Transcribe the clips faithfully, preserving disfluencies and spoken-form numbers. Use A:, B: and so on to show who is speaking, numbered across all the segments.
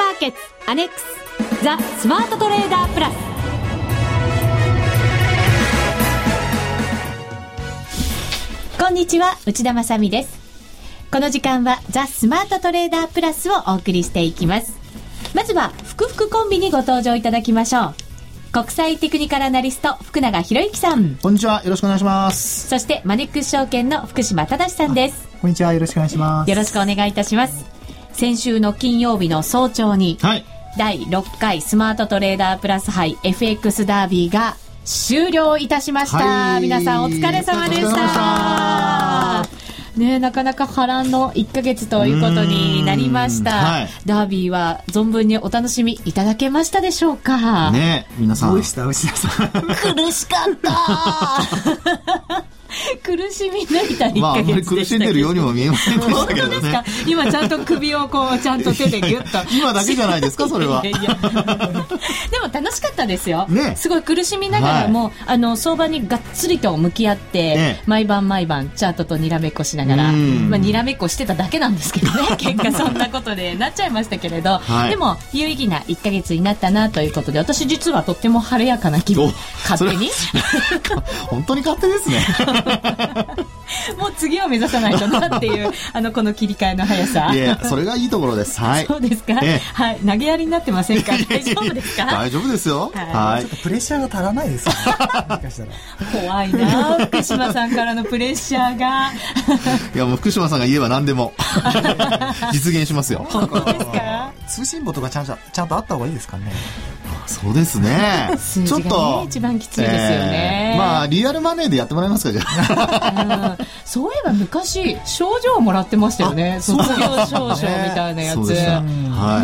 A: ーケッツアネックスザ・スマートトレーダープラス。こんにちは、内田まさみです。この時間はザ・スマートトレーダープラスをお送りしていきます。まずは福福コンビにご登場いただきましょう。国際テクニカルアナリスト福永博之さん、
B: こんにちは、よろしくお願いします。
A: そしてマネックス証券の福島忠さんです。
C: こんにちは、よろしくお願いします。
A: よろしくお願いいたします。先週の金曜日の早朝に、
B: はい、
A: だいろっかいスマートトレーダープラス杯 エフエックス ダービーが終了いたしました、はい、皆さんお疲れ様でした。ね、なかなか波乱のいっかげつということになりました、はい、ダービーは存分にお楽しみいただけましたでしょうか。
B: ね、皆さん
C: どうでした内田さん。
A: 苦しかった苦しみ抜いたいっかげつでしたけど、まあ、あんまり苦
B: しんでるようにも見えませんでしたけどね。
A: 本当ですか。今ちゃんと首をこうちゃんと手でギュッと
B: 今だけじゃないですか、それは。いやいや
A: でも楽しかったですよ、
B: ね、
A: すごい苦しみながらも、はい、あの相場にがっつりと向き合って、ね、毎晩毎晩チャートとにらめっこしながら、まあ、にらめっこしてただけなんですけどね結果そんなことでなっちゃいましたけれど、はい、でも有意義ないっかげつになったなということで、私実はとっても晴れやかな気分、勝手に
B: 本当に勝手ですね
A: もう次を目指さないとなっていうあのこの切り替えの速さ、
B: いやそれがいいところです、はい、
A: そうですか、ええ、はい、投げやりになってませんか。大丈夫ですか。
B: 大丈夫ですよ、
C: はいはい、ちょっとプレッシャーが足らないですよ、ね、
A: 怖いな福島さんからのプレッシャーが
B: いやもう福島さんが言えば何でも実現しますよ。
A: 本当ですか。
C: 通信簿とかちゃんとちゃんとあった方がいいですかね。
B: そうですね
A: 数字がね、ちょっと一番きついですよね、
B: えー、まあリアルマネーでやってもらえますか。じゃあ
A: そういえば昔賞状をもらってましたよね、卒業証書みたいなやつ、
B: そうでした、はい、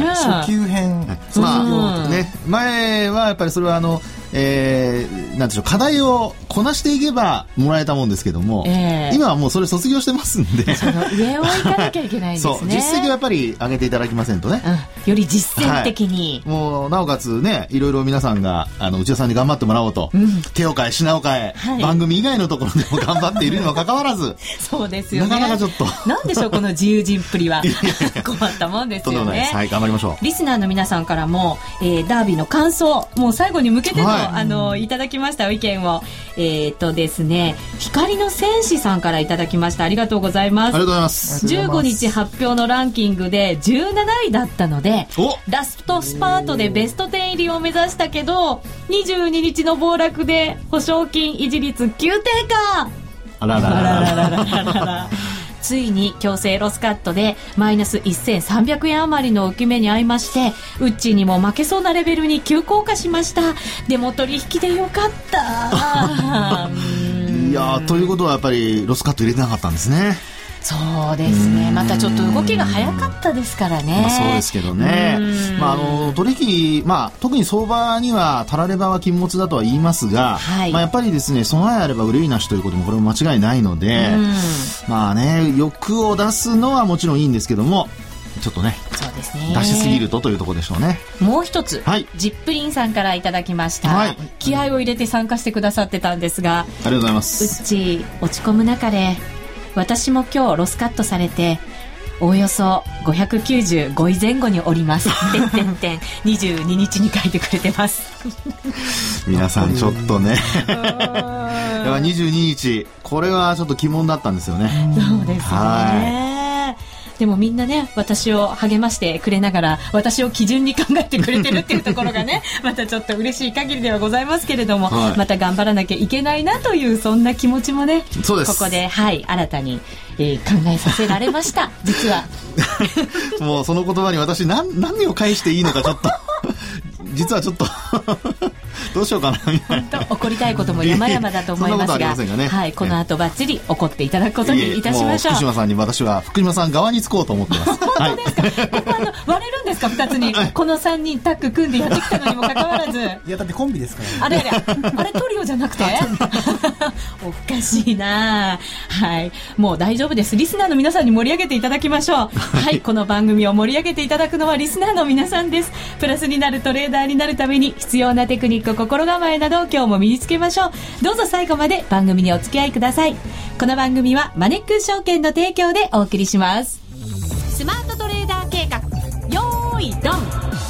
C: 初級編、
B: まあね、前はやっぱりそれはあのえー、なんでしょう、課題をこなしていけばもらえたもんですけども、えー、今はもうそれ卒業してますんで、
A: その上を行かなきゃいけないんですね。
B: そう、実績をやっぱり上げていただきませんとね、
A: うん、より実践的に、
B: はい、もうなおかつね、いろいろ皆さんがあの内田さんに頑張ってもらおうと、うん、手を変え品を変え、はい、番組以外のところでも頑張っているにもかかわらず
A: そうですよね、
B: なかなかちょっと
A: なんでしょうこの自由人っぷりは困ったもんですよね。
B: はい、頑張りましょう。
A: リスナーの皆さんからも、えー、ダービーの感想、もう最後に向けての、はい、あのいただきました意見を、えー、っとですね、光の戦士さんからいただきました。ありがとうございます。
B: ありがとうございます。
A: じゅうごにち発表のランキングでじゅうなないだったので、ラストスパートでベストじゅう入りを目指したけど、にじゅうににちの暴落で保証金維持率急低下。
B: あららららららららら
A: ついに強制ロスカットでマイナスせんさんびゃくえん余りの浮き目に遭いまして、ウッチーにも負けそうなレベルに急降下しました。でも取引でよかった
B: いやということはやっぱりロスカット入れてなかったんですね。
A: そうですね、またちょっと動きが早かったですからね、
B: まあ、そうですけどね、まあ、あの取引、まあ、特に相場にはたらればは禁物だとは言いますが、はい、まあ、やっぱりですね、備えあれば憂いなしということもこれも間違いないので、まあね、欲を出すのはもちろんいいんですけども、ちょっとね、
A: そうですね、
B: 出しすぎるとというところでしょうね。
A: もう一つ、
B: はい、
A: ジップリンさんからいただきました、はい、気合を入れて参加してくださってたんですが、
B: ありがとうございます。
A: うっち落ち込む中で私も今日ロスカットされておおよそごひゃくきゅうじゅうごい前後におりますてんてんてんにじゅうににちに書いてくれてます
B: 皆さんちょっとねにじゅうににち、これはちょっと鬼門だったんですよね。
A: そうですね、はい、でもみんなね、私を励ましてくれながら私を基準に考えてくれてるっていうところがねまたちょっと嬉しい限りではございますけれども、はい、また頑張らなきゃいけないなというそんな気持ちもね、
B: そうです、
A: ここで、はい、新たに、えー、考えさせられました実は
B: もうその言葉に私 何, 何を返していいのかちょっと実はちょっとどうしようかなみたいな、
A: 本当怒りたいことも山々だと思いますが、
B: ね、
A: はい、この後バッチリ怒っていただくことにいたしましょう。
B: 福島さんに私は福島さん側につこうと思ってます
A: 本当ですか、はい、ここあの割れるんですかふたつに、このさんにんタッグ組んでやってきたのにもかかわらず
C: いやだってコンビですから、
A: ね、あれあれあれトリオじゃなくておかしいな、はい、もう大丈夫です。リスナーの皆さんに盛り上げていただきましょうはい、この番組を盛り上げていただくのはリスナーの皆さんです。プラスになるトレーダーになるために必要なテクニック、心構えなどを今日も身につけましょう。どうぞ最後まで番組にお付き合いください。この番組はマネックス証券の提供でお送りします。スマートトレーダー計画、よーいドン。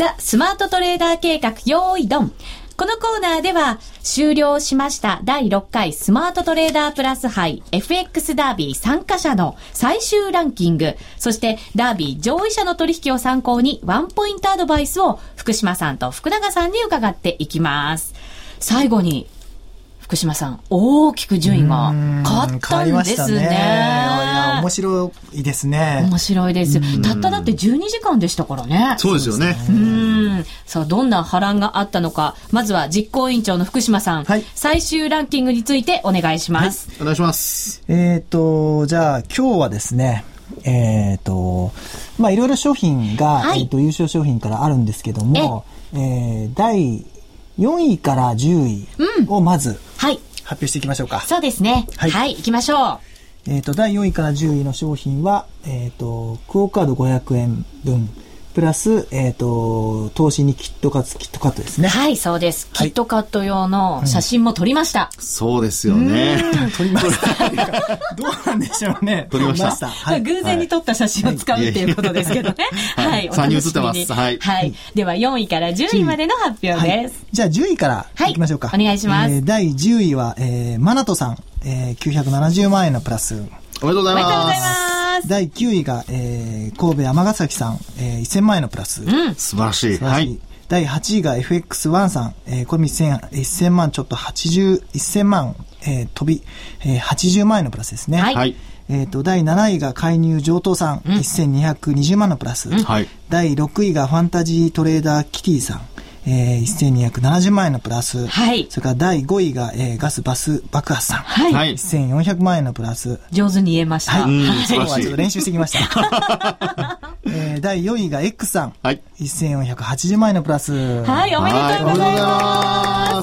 A: ザ・スマートトレーダー計画用意ドン。このコーナーでは終了しましただいろっかいスマートトレーダープラス杯 エフエックス ダービー参加者の最終ランキング、そしてダービー上位者の取引を参考にワンポイントアドバイスを福島さんと福永さんに伺っていきます。最後に福島さん、大きく順位が変わったんですね。
C: 変わりましたね。いや、面白いですね。
A: 面白いです。たっただってじゅうにじかんでしたからね。
B: そうですよね。
A: うん。さあ、どんな波乱があったのか、まずは実行委員長の福島さん、はい、最終ランキングについてお願いします。
B: はい、お願いします。
C: えっと、じゃあ今日はですね、えっと、まあいろいろ商品が、はい、えっと、優勝商品からあるんですけども、えー、だいよんいからじゅういをまず、うん、はい、発表していきましょうか。
A: そうですね。はい。はい、行きましょう。
C: えっと、だいよんいからじゅういの商品は、えっと、クオカードごひゃくえんぶん、プラス、えっと、投資にキットカツ、キットカットですね。
A: はい、そうです。キットカット用の写真も撮りました。
B: うん、そうですよね。
C: 撮りました。どうなんでしょうね。
B: 撮りました。
A: はい、偶然に撮った写真を使うっていうことですけどね。はい。
B: さんにん写ってます。はい。
A: はい。ではよんいからじゅういまでの発表です。はい、
C: じゃあじゅういからいきましょうか。
A: はい、お願いします。
C: えー、だいじゅういは、えー、マナトさん、えー、きゅうひゃくななじゅうまんえんのプラス。
B: おめでとうございます。
A: おめでとうございます。
C: だいきゅういが、えー、神戸山崎さん、えー、せんまんえんのプラス。うん、
B: 素晴らしい。はい。
C: だいはちいが エフエックスワン さん、えー、これせんまんちょっとはちじゅう、せんまん、えー、飛び、えー、はちじゅうまんえんのプラスですね。はい。えっと、だいなないが介入上等さん、うん、せんにひゃくにじゅうまんのプラス。うん、はい。だいろくいがファンタジートレーダーキティさん。えー、せんにひゃくななじゅうまんえんのプラス。はい。それからだいごいが、えー、ガスバス爆発さん。はい。せんよんひゃくまんえんのプラス。
A: 上手に言えました。
C: はい。今日はちょっと練習してきました。えー、だいよんいが X さん。はい。せんよんひゃくはちじゅうまんえんのプラス。
A: はい、おめでとうございます。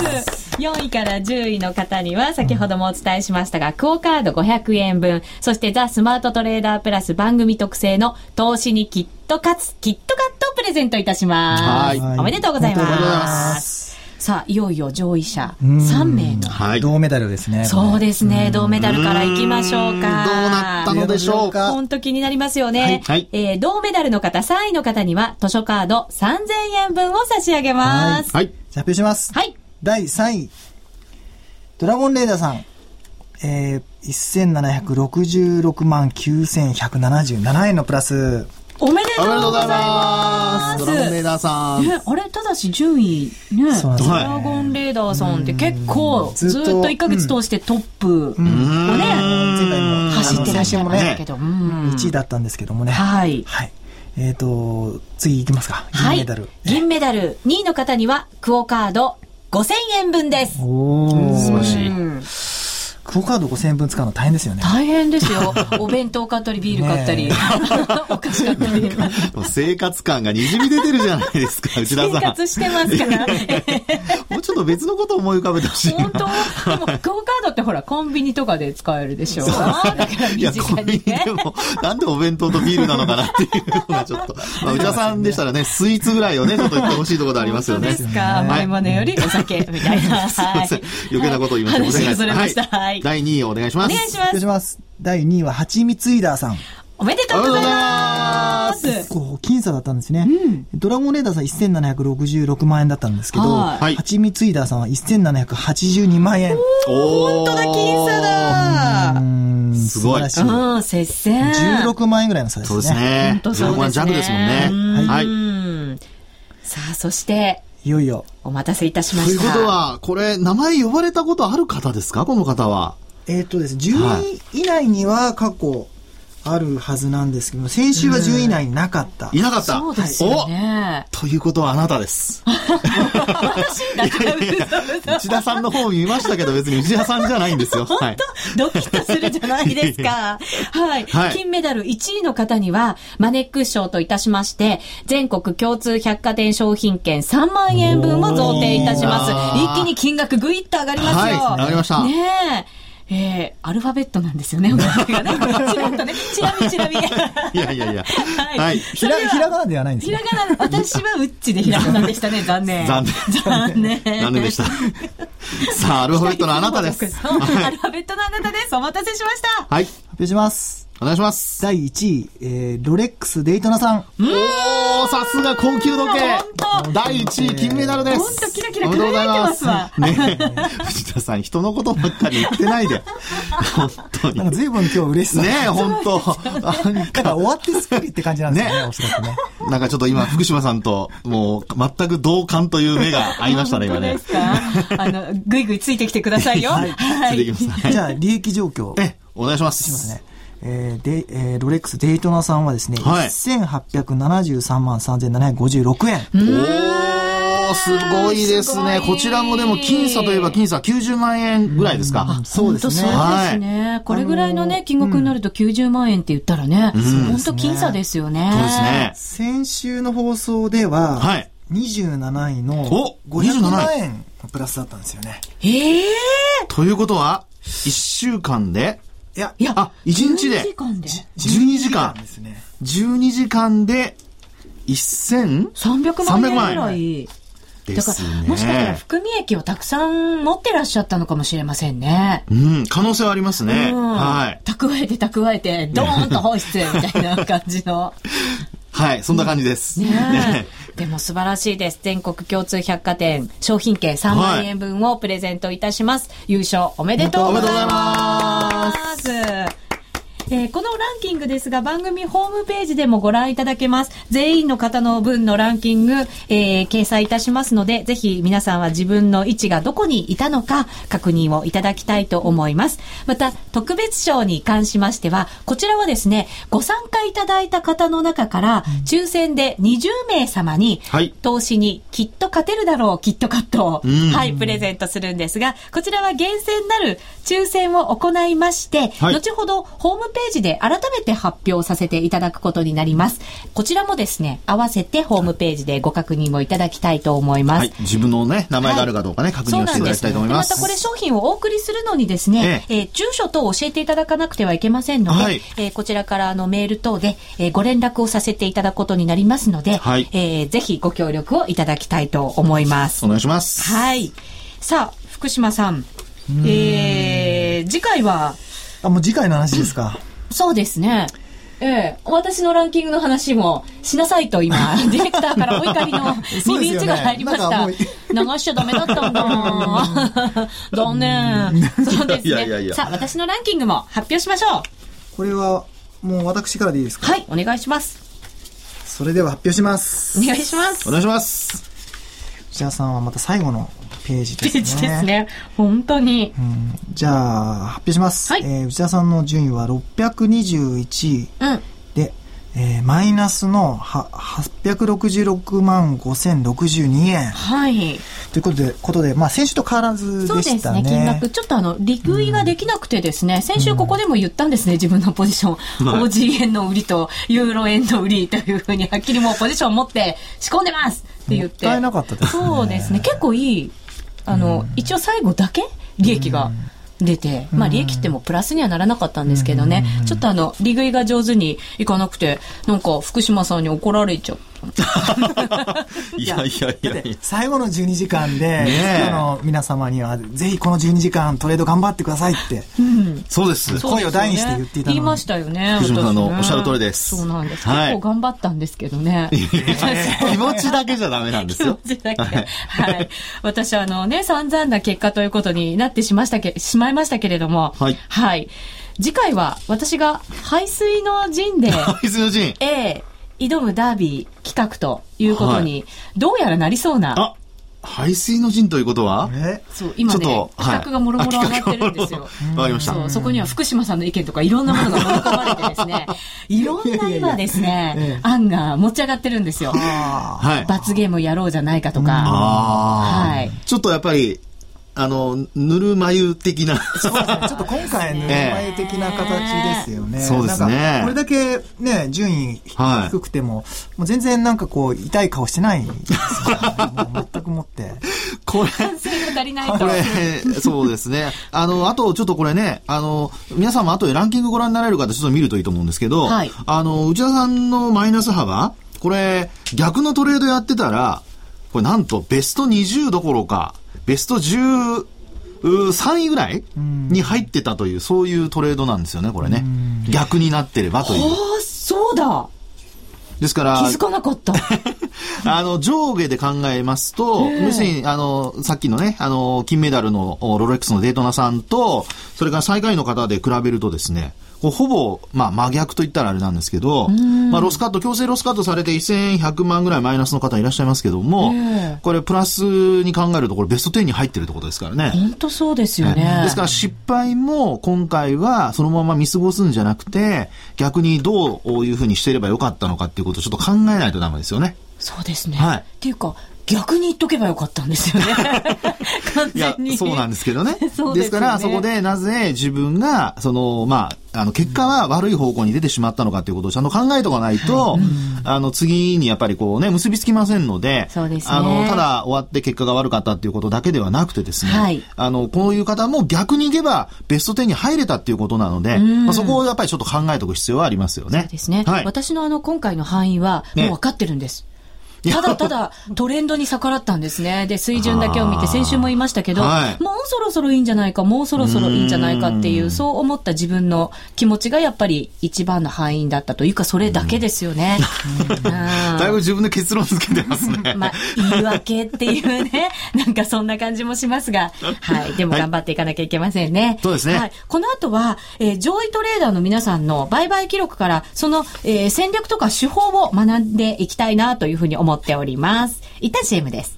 A: よんいからじゅういの方には先ほどもお伝えしましたが、うん、クオカードごひゃくえんぶん、そしてザ・スマートトレーダープラス番組特製の投資にキットカツ、キットカットをプレゼントいたします。はい。おめでとうございます。さあ、いよいよ上位者さんめいの、
C: はい、銅メダルですね。
A: そうですね。銅メダルからいきましょうか。
B: どうなったのでしょうか。
A: 本当気になりますよね。はい。えー、銅メダルの方、さんいの方には図書カードさんぜんえんぶんを差し上げます。
C: はい。はい、じゃあ発表します。はい。だいさんい、ドラゴンレーダーさん。えー、せんななひゃくろくじゅうろくまんきゅうせんひゃくななじゅうななえんのプラス。
A: おめでとうございます。
B: ドラゴンレーダーさん。
A: ね、あれ、ただし順位ね、ドラゴンレーダーさんって結構ずっといっかげつ通してトップをね、走ってらっしゃいましたけど、
C: いちいだったんですけどもね。はい。はい。えっと、次いきますか。銀メダル。
A: 銀メダル。にいの方にはクオカードごせんえんぶんです。
B: おー、素晴らしい。
C: クオカードごせんえんぶん使うの大変ですよね。
A: 大変ですよ。お弁当買ったりビール買ったり、お菓子買ったり。
B: 生活感がにじみ出てるじゃないですか、内田さん。
A: 生活してますから。
B: もうちょっと別のことを思い浮かべてほしい。
A: 本当。でもクオカードってほらコンビニとかで使えるでしょう。だから身近にね。
B: でもなんでお弁当とビールなのかなっていうのがちょっと。まあ、内田さんでしたらね、スイーツぐらいをねちょっと言ってほしいところでありますよね。
A: そうですか。甘いものよりお酒みたいな。
B: すいません。余計なことを言いました。
A: 話がそれました。はい。
B: だいにいをお願いします。
A: お願いします。お願いします。
C: だいにいははちみつイーダーさん。
A: おめでとうございます。
C: 結構僅差だったんですね。うん、ドラゴンレーダーさんせんななひゃくろくじゅうろくまんえんだったんですけど、はちみつイーダーさんはせんななひゃくはちじゅうにまんえん。
A: おー、本当だ、僅差だ。
C: うーん、
B: すごい。
A: うん、接戦。
C: じゅうろくまんえんぐらいの差ですね。
B: そうですね。
A: 本当そうですね。じゅうろくまん弱ですもんね。
B: はい。
A: さあ、そして、
C: いよいよ。
A: お待たせいたしました。
B: ということは、これ、名前呼ばれたことある方ですか、この方は。
C: えっとですね、じゅうい以内には過去あるはずなんですけど、先週はじゅうい以内になかった。
B: いなかった。
A: そうですよね。
B: ということはあなたです。
A: 私だから。
B: 内田さんの方見ましたけど、別に内田さんじゃないんですよ。
A: 本当、はい、ドキッとするじゃないですか。はい、はい。金メダルいちいの方には、マネックス賞といたしまして、全国共通百貨店商品券さんまんえんぶんを贈呈いたします。一気に金額ぐいっと上がりますよ。はい、
B: 上がりました。
A: ねえ。えー、アルファベットなんですよね。がね、ちらっとね、ちらみちらみ。い
B: やいやいや。
C: はい。はい、ひら、ひらがなではないんです
A: よ。ひらがな、私はウッチでひらがなでしたね。残念。
B: 残念。
A: 残念。
B: 残念でした。さあ、アルファベットのあなたです。
A: アルファベットのあなたです。お待たせしました。
B: はい。
C: 発表します。
B: お願いします。
C: だいいちい、えー、ロレックスデイトナさん。
B: おー、さすが高級時計。だいいちい金メダルです。
A: ほんとキラキラ輝いてますわ。
B: ねえ、藤田さん、人のことばっかり言ってないで。本当に。
C: なんか随分今日嬉しそう。
B: ねえ、本当。
C: なんか終わってすっきりって感じなんですよね、ねおそらくね。
B: なんかちょっと今、福島さんと、もう、全く同感という目が合いましたね、今ね。
A: 本当ですか？あの、ぐいぐいついてきてくださいよ。はい。
B: はい、ついてきます。
C: じゃあ、利益状況。
B: え、お願いします。
C: しますね。えー、で、えー、ロレックスデイトナさんはですね、はい、せんはっぴゃくななじゅうさんまんさんぜんななひゃくごじゅうろくえん。
B: おー、すごいですね。こちらもでも、僅差といえば僅差きゅうじゅうまんえんぐらいですか。
C: うん、そうですね。
A: そうですね、はい。これぐらいのね、金額になるときゅうじゅうまんえんって言ったらね、本当僅差ですよね。
B: そうですね。
C: 先週の放送では、はい。にじゅうなないのごひゃくまんえんプラスだったんですよね。
A: ええー、
B: ということは、いっしゅうかんで、
C: いや、
A: いや、
B: あ、いちにちで。
A: じゅうにじかんで。
B: じゅうにじかんですね。じゅうにじかんで、せん
A: さんびゃくまんえんぐらい。だから、もしかしたら含み益をたくさん持ってらっしゃったのかもしれませんね。
B: うん、可能性はありますね。うん、はい。
A: 蓄えて蓄えて、ドーンと放出みたいな感じの。
B: はい、そんな感じです。
A: ねねでも素晴らしいです。全国共通百貨店商品券さんまんえんぶんをプレゼントいたします。はい、優勝おめでとうございます。えー、このランキングですが番組ホームページでもご覧いただけます。全員の方の分のランキング、えー、掲載いたしますので、ぜひ皆さんは自分の位置がどこにいたのか確認をいただきたいと思います。また特別賞に関しましては、こちらはですね、ご参加いただいた方の中から抽選でにじゅうめいさまに、はい、投資にきっと勝てるだろうキットカットを、はい、プレゼントするんですが、こちらは厳選なる抽選を行いまして、はい、後ほどホームページで改めて発表させていただくことになります。こちらもですね、合わせてホームページでご確認をいただきたいと思います。はい、
B: 自分のね、名前があるかどうかね、はい、確認をしていただきたいと思います。
A: またこれ商品をお送りするのにですね、えええー、住所等を教えていただかなくてはいけませんので、はい、えー、こちらからあのメール等で、えー、ご連絡をさせていただくことになりますので、はい、えー、ぜひご協力をいただきたいと思います。
B: お願いします。
A: はい。さあ、福島さん、えー、次回は
C: あ、もう次回の話ですか。
A: そうですね。ええ、私のランキングの話もしなさいと今ディレクターからお怒りの耳打ちが入りました。ね、流しちゃダメだったんだ。残念。そうですね。いやいやいや、さあ私のランキングも発表しましょう。
C: これはもう私からでいいですか。
A: はい、お願いします。
C: それでは発表します。
A: お願いします。
B: お願いします。
C: 内田さんはまた最後のページですね。
A: ページですね。本当に。
C: うん、じゃあ発表します。はい、えー、内田さんの順位はろっぴゃくにじゅういちい、うん、で、えー、マイナスのははっぴゃくろくじゅうろくまんごせんろくじゅうにえん。はい。ということで、ことでまあ先週と変わらずでしたね。そうですね。金
A: 額ちょっとあの利食いができなくてですね、うん、先週ここでも言ったんですね、自分のポジション、うん、オージー 円の売りとユーロ円の売りというふうにはっきりもうポジションを持って仕込んでますって言って。
C: もったいなかったですね。
A: そうですね。結構いい。あの、うん、一応最後だけ利益が出て、うん、まあ利益ってもプラスにはならなかったんですけどね、うん、ちょっとあの利食いが上手にいかなくて、なんか福島さんに怒られちゃった。
B: いやいやいやいや、
C: 最後のじゅうにじかんで、ね、あの皆様にはぜひこのじゅうにじかんトレード頑張ってくださいって、
B: うん、そうです。
C: 声を大にして言っていたの。
A: 言いましたよね。
B: 福島さんのおっしゃる通りです。
A: そうなんです。はい、結構頑張ったんですけどね。
B: 気持ちだけじゃダメなんですよ。
A: 気持ちだけ。はい。はい、私あのね、散々な結果ということになってしましたけしまいましたけれども、はい。はい。次回は私が背水の陣で、
B: 背水の陣。
A: ええ。挑むダービー企画ということに、どうやらなりそうな。
B: あ、背水の陣ということは、
A: えそう今ね、企画がもろもろ上がってるんですよ。
B: わかりました。
A: そう、そこには福島さんの意見とかいろんなものが盛り込まれてですね、いろんな今ですね、案が持ち上がってるんですよ。はい。罰ゲームやろうじゃないかとか。
B: はい。ちょっとやっぱり、あのぬるま湯的な
C: そうですね、ちょっと今回ぬるま湯的な形ですよね。
B: そうですね。
C: これだけね順位低くても、はい、もう全然なんかこう痛い顔してないですよ、ね、もう全くもって
A: これ反省が足りないとこ
B: れそうですね。あのあとちょっとこれね、あの皆さんも後でランキングご覧になられる方ちょっと見るといいと思うんですけど、はい、あの内田さんのマイナス幅、これ逆のトレードやってたらこれなんとベストにじゅうどころかベストじゅうさんいぐらいに入ってたという、そういうトレードなんですよね、これね。逆になってればという。
A: ああ、そうだ。
B: ですから、
A: 気づかなかった。
B: あの、上下で考えますと、要するに、あの、さっきのね、あの、金メダルのロレックスのデイトナさんと、それから最下位の方で比べるとですね、ほぼ、まあ、真逆と言ったらあれなんですけど、まあ、ロスカット、強制ロスカットされてせんひゃくまんぐらいマイナスの方いらっしゃいますけども、これプラスに考えると、これベストじゅうに入ってるってことですからね。
A: 本当そうですよね。
B: ですから失敗も今回はそのまま見過ごすんじゃなくて、逆にどういうふうにしていればよかったのかっていうことをちょっと考えないとダメですよね。
A: そうですね。
B: はい。
A: っていうか、逆に言っとけばよかったんですよね。完全に。
B: いや、そうなんですけどね。
A: そうですよね。
B: ですから、そこでなぜ自分が、その、まあ、あの、結果は悪い方向に出てしまったのかということをちゃんと考えておかないと、はい、あの、次にやっぱりこうね、結びつきませんので、
A: そうですね。
B: あの、ただ終わって結果が悪かったっていうことだけではなくてですね、はい、あの、こういう方も逆に言えば、ベストじゅうに入れたっていうことなので、まあ、そこをやっぱりちょっと考えておく必要はありますよね。
A: そうですね。はい、私のあの、今回の範囲は、もう分かってるんです。ね、ただただトレンドに逆らったんですね。で、水準だけを見て、先週も言いましたけど、はい、もうそろそろいいんじゃないか、もうそろそろいいんじゃないかっていう、うそう思った自分の気持ちがやっぱり一番の敗因だったというか、それだけですよね。
B: だいぶ自分で結論付けてますね。
A: まあ、言い訳っていうね、なんかそんな感じもしますが、はい。でも頑張っていかなきゃいけませんね。はい、
B: そうですね。はい。
A: この後は、えー、上位トレーダーの皆さんの売買記録から、その、えー、戦略とか手法を学んでいきたいなというふうに思思っております。一旦 シーエム です。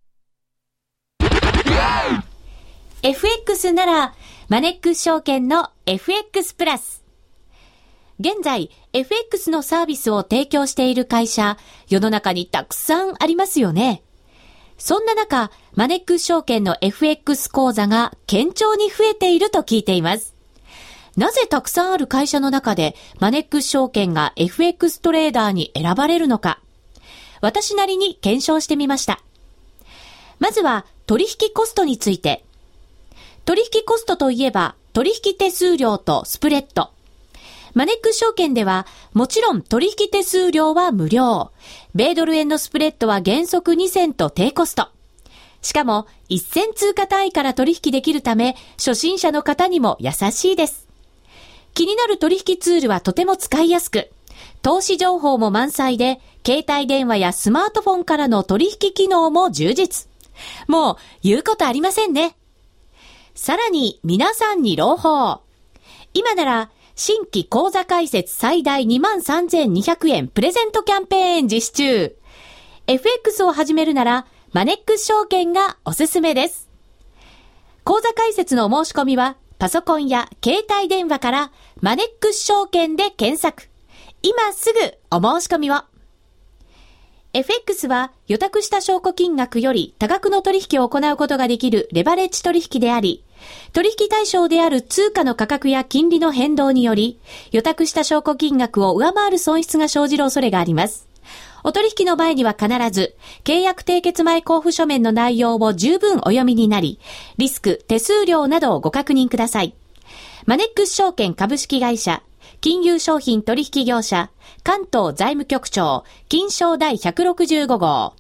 A: エフエックス ならマネックス証券の エフエックス プラス。現在 エフエックス のサービスを提供している会社、世の中にたくさんありますよね。そんな中、マネックス証券の エフエックス 口座が堅調に増えていると聞いています。なぜたくさんある会社の中でマネックス証券が エフエックス トレーダーに選ばれるのか。私なりに検証してみました。まずは取引コストについて。取引コストといえば取引手数料とスプレッド。マネックス証券ではもちろん取引手数料は無料。米ドル円のスプレッドは原則にセント低コスト。しかもいっせん通貨単位から取引できるため初心者の方にも優しいです。気になる取引ツールはとても使いやすく、投資情報も満載で、携帯電話やスマートフォンからの取引機能も充実。もう言うことありませんね。さらに皆さんに朗報。今なら新規口座開設最大 にまんさんぜんにひゃくえんプレゼントキャンペーン実施中。エフエックス を始めるならマネックス証券がおすすめです。口座開設の申し込みはパソコンや携帯電話からマネックス証券で検索。今すぐお申し込みを。エフエックス は予託した証拠金額より多額の取引を行うことができるレバレッジ取引であり、取引対象である通貨の価格や金利の変動により、予託した証拠金額を上回る損失が生じる恐れがあります。お取引の前には必ず、契約締結前交付書面の内容を十分お読みになり、リスク、手数料などをご確認ください。マネックス証券株式会社、金融商品取引業者、関東財務局長、金商第ひゃくろくじゅうご号。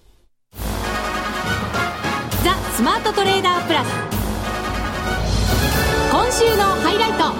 A: ザ・スマートトレーダープラス。今週のハイライト。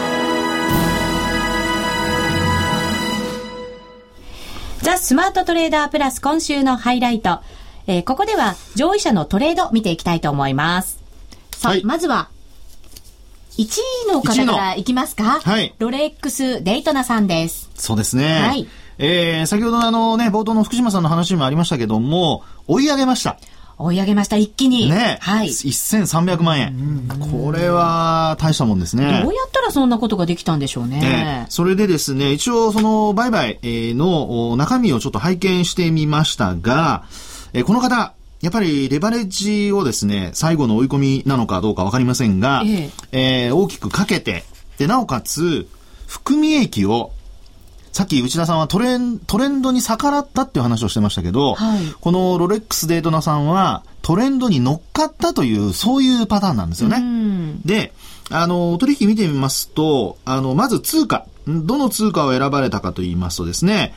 A: ザ・スマートトレーダープラス今週のハイライト。えー、ここでは上位者のトレード見ていきたいと思います。さあ、はい、まずはいちいの方からいきますか。はい。ロレックスデイトナさんです。
B: そうですね。はい。えー、先ほどのあのね、冒頭の福島さんの話にもありましたけども、追い上げました。
A: 追い上げました、一気に。
B: ね。はい。せんさんびゃくまんえん。これは大したもんですね。
A: どうやったらそんなことができたんでしょうね。ね、
B: それでですね、一応その売買の中身をちょっと拝見してみましたが、この方、やっぱりレバレッジをですね、最後の追い込みなのかどうかわかりませんが、えええー、大きくかけて、で、なおかつ、含み益を、さっき内田さんはトレン、トレンドに逆らったっていう話をしてましたけど、はい、このロレックスデイトナさんはトレンドに乗っかったという、そういうパターンなんですよね。うん、で、あの、取引見てみますと、あの、まず通貨。どの通貨を選ばれたかと言いますとですね、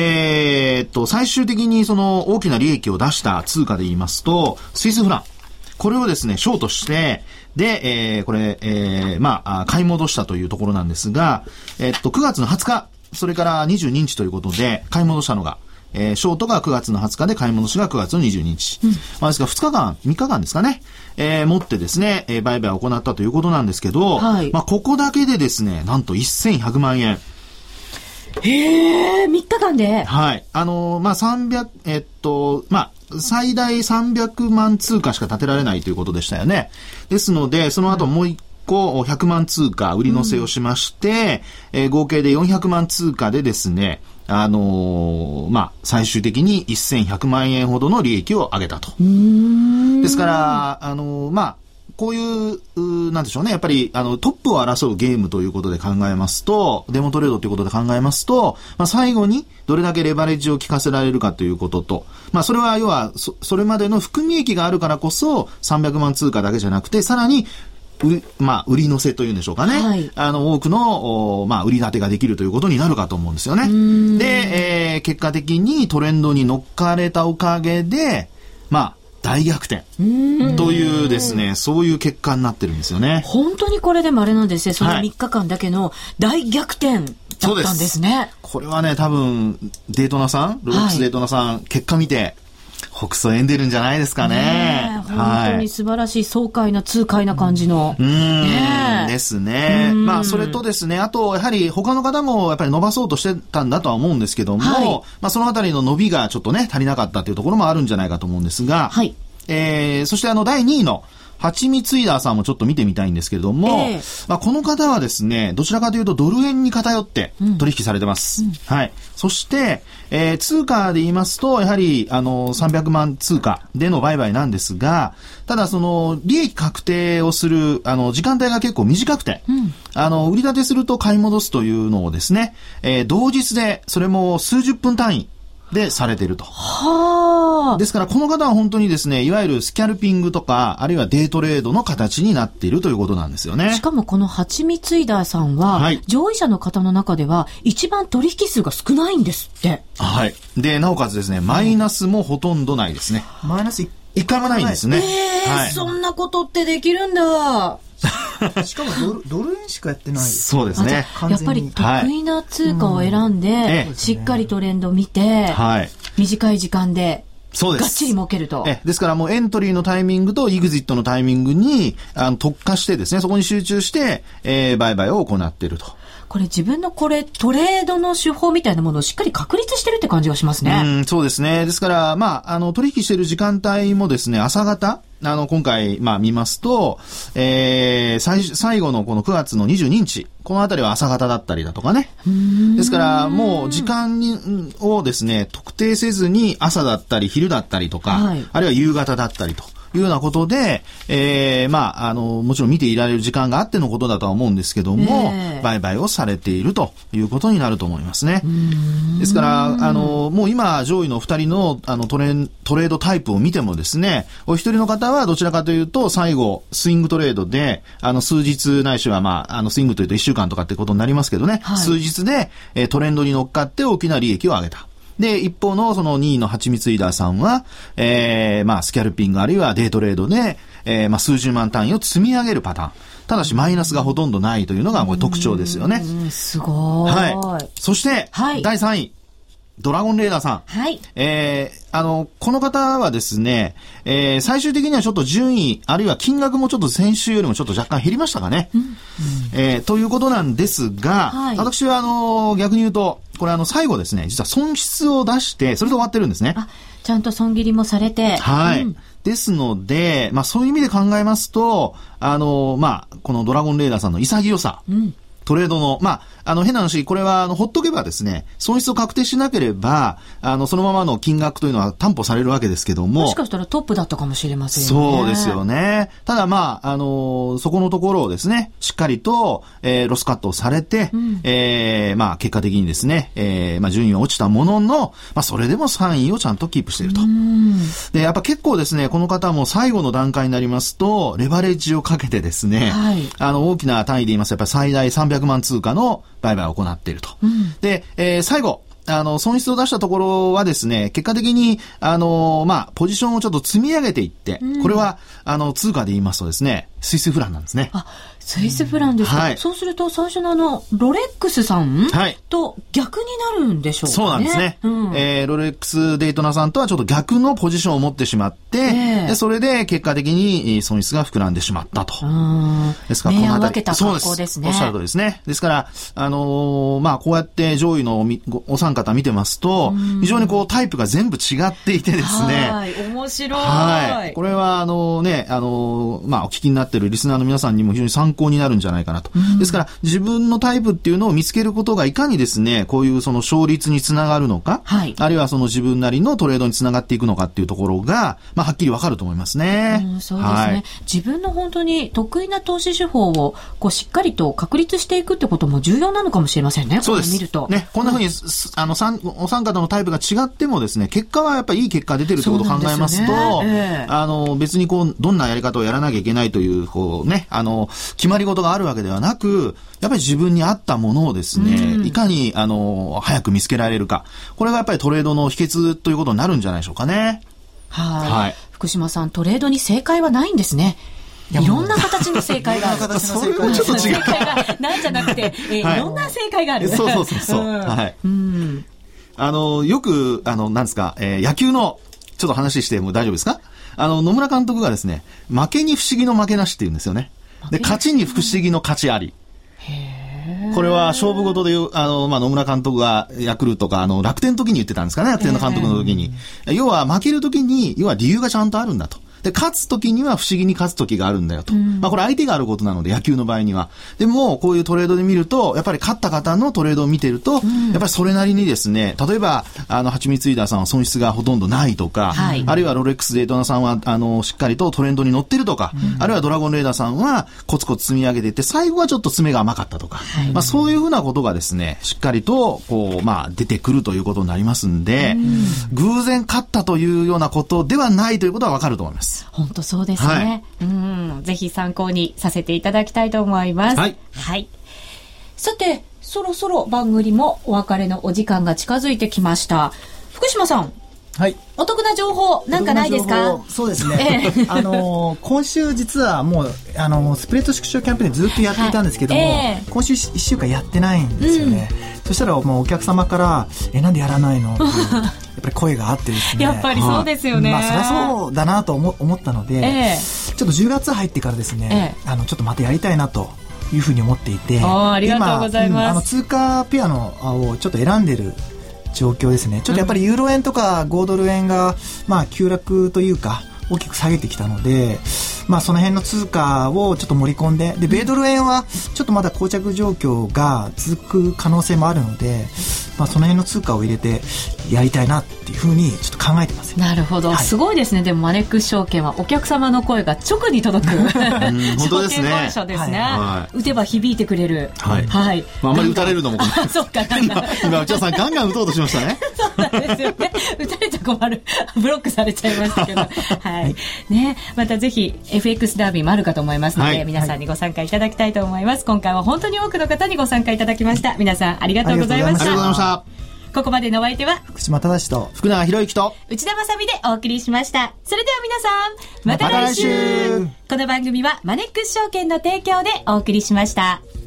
B: えー、っと、最終的にその大きな利益を出した通貨で言いますと、スイスフラン。 これをですね、ショートして、で、えー、これ、えー、まあ、買い戻したというところなんですが、えっと、くがつのはつか、それからにじゅうににちということで、買い戻したのが、えー、ショートがくがつのはつかで、買い戻しがくがつのにじゅうににち。うん、まあ、ですからふつかかん、みっかかんですかね、えー、持ってですね、えー、売買を行ったということなんですけど、はい、まあ、ここだけでですね、なんとせんひゃくまんえん。
A: へー、みっかかんで。
B: はい。あのー、まあ、さんびゃく、えっと、まあ、最大さんびゃくまん通貨しか建てられないということでしたよね。ですので、その後もう一個ひゃくまん通貨売り乗せをしまして、うん、えー、合計でよんひゃくまん通貨でですね、あのー、まあ、最終的にせんひゃくまんえんほどの利益を上げたと。ですから、あのー、まあ、こういう、なんでしょうね。やっぱり、あの、トップを争うゲームということで考えますと、デモトレードということで考えますと、まあ、最後にどれだけレバレッジを効かせられるかということと、まあ、それは要は、そ、それまでの含み益があるからこそ、さんびゃくまん通貨だけじゃなくて、さらに、うまあ、売り乗せというんでしょうかね。はい、あの、多くの、まあ、売り立てができるということになるかと思うんですよね。で、えー、結果的にトレンドに乗っかれたおかげで、まあ、大逆転というですね、そういう結果になってるんですよね。
A: 本当にこれでもあれなんですね、そのみっかかんだけの大逆転だったんですね。
B: はい、すこれはね、多分、デートナさん、ロレックスデートナさん、はい、結果見て、北総縁出るんじゃないですかね。
A: ねえ、本当に素晴らしい、爽快な痛快な感じの。
B: うん、ね、ですね。まあ、それとですね、あと、やはり他の方もやっぱり伸ばそうとしてたんだとは思うんですけども、はい、まあ、そのあたりの伸びがちょっとね、足りなかったというところもあるんじゃないかと思うんですが、はい、えー、そしてあの、だいにいの、はちみつイダーさんもちょっと見てみたいんですけれども、えーまあ、この方はですね、どちらかというとドル円に偏って取引されてます。うんうん、はい。そして、えー、通貨で言いますと、やはり、あの、さんびゃくまん通貨での売買なんですが、ただその、利益確定をする、あの、時間帯が結構短くて、うん、あの、売り立てすると買い戻すというのをですね、えー、同日で、それも数十分単位、でされていると。はあ。ですからこの方は本当にですね、いわゆるスキャルピングとか、あるいはデートレードの形になっているということなんですよね。
A: しかもこのはちみつイダーさんは、はい、上位者の方の中では一番取引数が少ないんですって。
B: はい。で、なおかつですね、マイナスもほとんどないですね。
C: マイナス
B: 一回もないんですね。
A: えーはい、そんなことってできるんだ。
C: しかもドル、ドル円しかやってない。
B: そうですね。
A: やっぱり得意な通貨を選んで、はいうん、しっかりトレンド見て、はい、短い時間で、そうです。がっちり儲けると。
B: え、ですからもうエントリーのタイミングとエグジットのタイミングにあの特化してですね、そこに集中して、えー、売買を行っていると。
A: これ自分のこれトレードの手法みたいなものをしっかり確立してるって感じがしますね。
B: うん、そうですね。ですから、まあ、あの、取引している時間帯もですね、朝方、あの、今回、まあ見ますと、えー、最、最後のこのくがつのにじゅうににち、このあたりは朝方だったりだとかね。ですから、もう時間にをですね、特定せずに朝だったり昼だったりとか、はい、あるいは夕方だったりと。いうようなことで、えー、まあ、あの、もちろん見ていられる時間があってのことだとは思うんですけども、えー、売買をされているということになると思いますね。ですから、あの、もう今、上位の二人の、あの、トレン、トレードタイプを見てもですね、お一人の方はどちらかというと、最後、スイングトレードで、あの、数日ないしは、まあ、あの、スイングというと一週間とかってことになりますけどね、はい、数日で、えー、トレンドに乗っかって大きな利益を上げた。で、一方のそのにいのはちみつイダーさんは、えー、まあ、スキャルピングあるいはデートレードで、えー、まあ、数十万単位を積み上げるパターン。ただし、マイナスがほとんどないというのが、これ特徴ですよね。
A: うん、すごい。
B: はい。そして、はい、だいさんい。ドラゴンレーダーさん。
A: はい。
B: えー、あの、この方はですね、えー、最終的にはちょっと順位、あるいは金額もちょっと先週よりもちょっと若干減りましたかね。うんうん、えー、ということなんですが、はい、私はあの、逆に言うと、これあの、最後ですね、実は損失を出して、それで終わってるんですね。
A: あ、ちゃんと損切りもされて。
B: はい。うん、ですので、まあそういう意味で考えますと、あの、まあ、このドラゴンレーダーさんの潔さ。うんトレードの、まあ、あの、変な話、これは、あの、ほっとけばですね、損失を確定しなければ、あの、そのままの金額というのは担保されるわけですけども。
A: もしかしたらトップだったかもしれませんよね。
B: そうですよね。ただ、まあ、あの、そこのところをですね、しっかりと、えー、ロスカットをされて、うん、えー、まあ、結果的にですね、えー、まあ、順位は落ちたものの、まあ、それでもさんいをちゃんとキープしていると。で、やっぱ結構ですね、この方も最後の段階になりますと、レバレッジをかけてですね、はい、あの、大きな単位で言いますと、やっぱり最大さんびゃくまん通貨の売買を行っていると。うん、で、えー、最後、 あの、損失を出したところはですね、結果的に、あの、まあ、ポジションをちょっと積み上げていって、うん、これは、あの、通貨で言いますとですね、スイスフランなんですね。
A: あ、スイスフランですか。はい、そうすると、最初のあの、ロレックスさんと逆になるんでしょうかね。
B: そうなんですね。うん、えー、ロレックスデイトナさんとはちょっと逆のポジションを持ってしまって、えー、でそれで結果的に損失が膨らんでしまったと。
A: ですから、この辺り。そうです。
B: おっしゃるとですね。ですから、あのー、まあ、こうやって上位のお三方見てますと、非常にこうタイプが全部違っていてですね。
A: はい、面白い。
B: はい。これは、あのね、あのー、まあ、お聞きになっているリスナーの皆さんにも非常に参考になるんじゃないかなと。ですから、自分のタイプっていうのを見つけることがいかにですね、こういうその勝率につながるのか、はい、あるいはその自分なりのトレードにつながっていくのかっていうところが、まあ、はっきりわかると思いますね。
A: うん、そうですね、はい。自分の本当に得意な投資手法を、こう、しっかりと確立していくってことも重要なのかもしれませんね。
B: そうです。
A: これ見ると。
B: ね、こんな風に、うん、あの、お三方のタイプが違ってもですね、結果はやっぱりいい結果が出てるってことを考えますと、ねえー、あの、別にこう、どんなやり方をやらなきゃいけないという、こうね、あの、決まり事があるわけではなく、やっぱり自分に合ったものをですね、うん、いかに、あの、早く見つけられるか。これがやっぱりトレードの秘訣ということになるんじゃないでしょうかね。
A: はい。はい。福島さん、トレードに正解はないんですね。いろんな形の正解がある。
B: それもちょっと違う。
A: 正解がないんじゃなくて、えーはい、いろんな正解がある。
B: そうそうそうそう。うん、はい。うん、あの、よく、あの、なんですか、えー、野球の、ちょっと話しても大丈夫ですか？あの、野村監督がですね、負けに不思議の負けなしって言うんですよね。で、勝ちに不思議の勝ちあり。へー。これは勝負事で、あの、まあ、野村監督がヤクルトか、あの、楽天の時に言ってたんですかね、楽天の監督の時に。要は負ける時に、要は理由がちゃんとあるんだと。で、勝つ時には不思議に勝つ時があるんだよと。うん、まあこれ相手があることなので、野球の場合には。でも、こういうトレードで見ると、やっぱり勝った方のトレードを見てると、うん、やっぱりそれなりにですね、例えば、あの、はちみつイーダーさんは損失がほとんどないとか、はい、あるいはロレックスデイトナさんは、あの、しっかりとトレンドに乗ってるとか、うん、あるいはドラゴンレーダーさんはコツコツ積み上げていって、最後はちょっと詰めが甘かったとか、はい、まあそういうふうなことがですね、しっかりと、こう、まあ出てくるということになりますんで、うん、偶然勝ったというようなことではないということはわかると思います。
A: 本当そうですね、はい、うん、ぜひ参考にさせていただきたいと思います。はい、はい、さてそろそろ番組もお別れのお時間が近づいてきました。福島さん、はい、お得な情報なんかないですか？
C: そうですね、えー、あの今週実はもうあのスプレッド縮小キャンペーンでずっとやっていたんですけども、はい、えー、今週いっしゅうかんやってないんですよね、うん、そしたらもうお客様からえなんでやらないのっていうやっぱり声があってですね
A: やっぱりそうですよね、
C: まあそりゃそうだなと思思ったので、えー、ちょっとじゅうがつ入ってからですね、えー、あのちょっとまたやりたいなというふうに思っていて、
A: あ, ありがとうございます。
C: 今、うん、あの通貨ペアのをちょっと選んでる状況ですね。ちょっとやっぱりユーロ円とかごドル円が、まあ、急落というか大きく下げてきたので、まあ、その辺の通貨をちょっと盛り込んで、で米ドル円はちょっとまだ膠着状況が続く可能性もあるので、まあ、その辺の通貨を入れてやりたいなっていうふうにちょっと考えてます、ね、
A: なるほど、はい、すごいですね。でもマネックス証券はお客様の声が直に届く本当ですね。証券会社ですね、はい、打てば響いてくれる、はいはい、
B: まあ、あんまり打たれるのもあそうか今, 今内田さんガンガン打とうとしましたね
A: そうなんですよね。打たれちゃ困るブロックされちゃいましたけどはいね、またぜひ エフエックス ダービーもあるかと思いますので、はい、皆さんにご参加いただきたいと思います。今回は本当に多くの方にご参加いただきました。皆さんありがとうございました。
B: ありがとうございました。
A: ここまでのお相手は
C: 福島正と
B: 福永博之と
A: 内田まさみでお送りしました。それでは皆さんまた来週、また来週。この番組はマネックス証券の提供でお送りしました。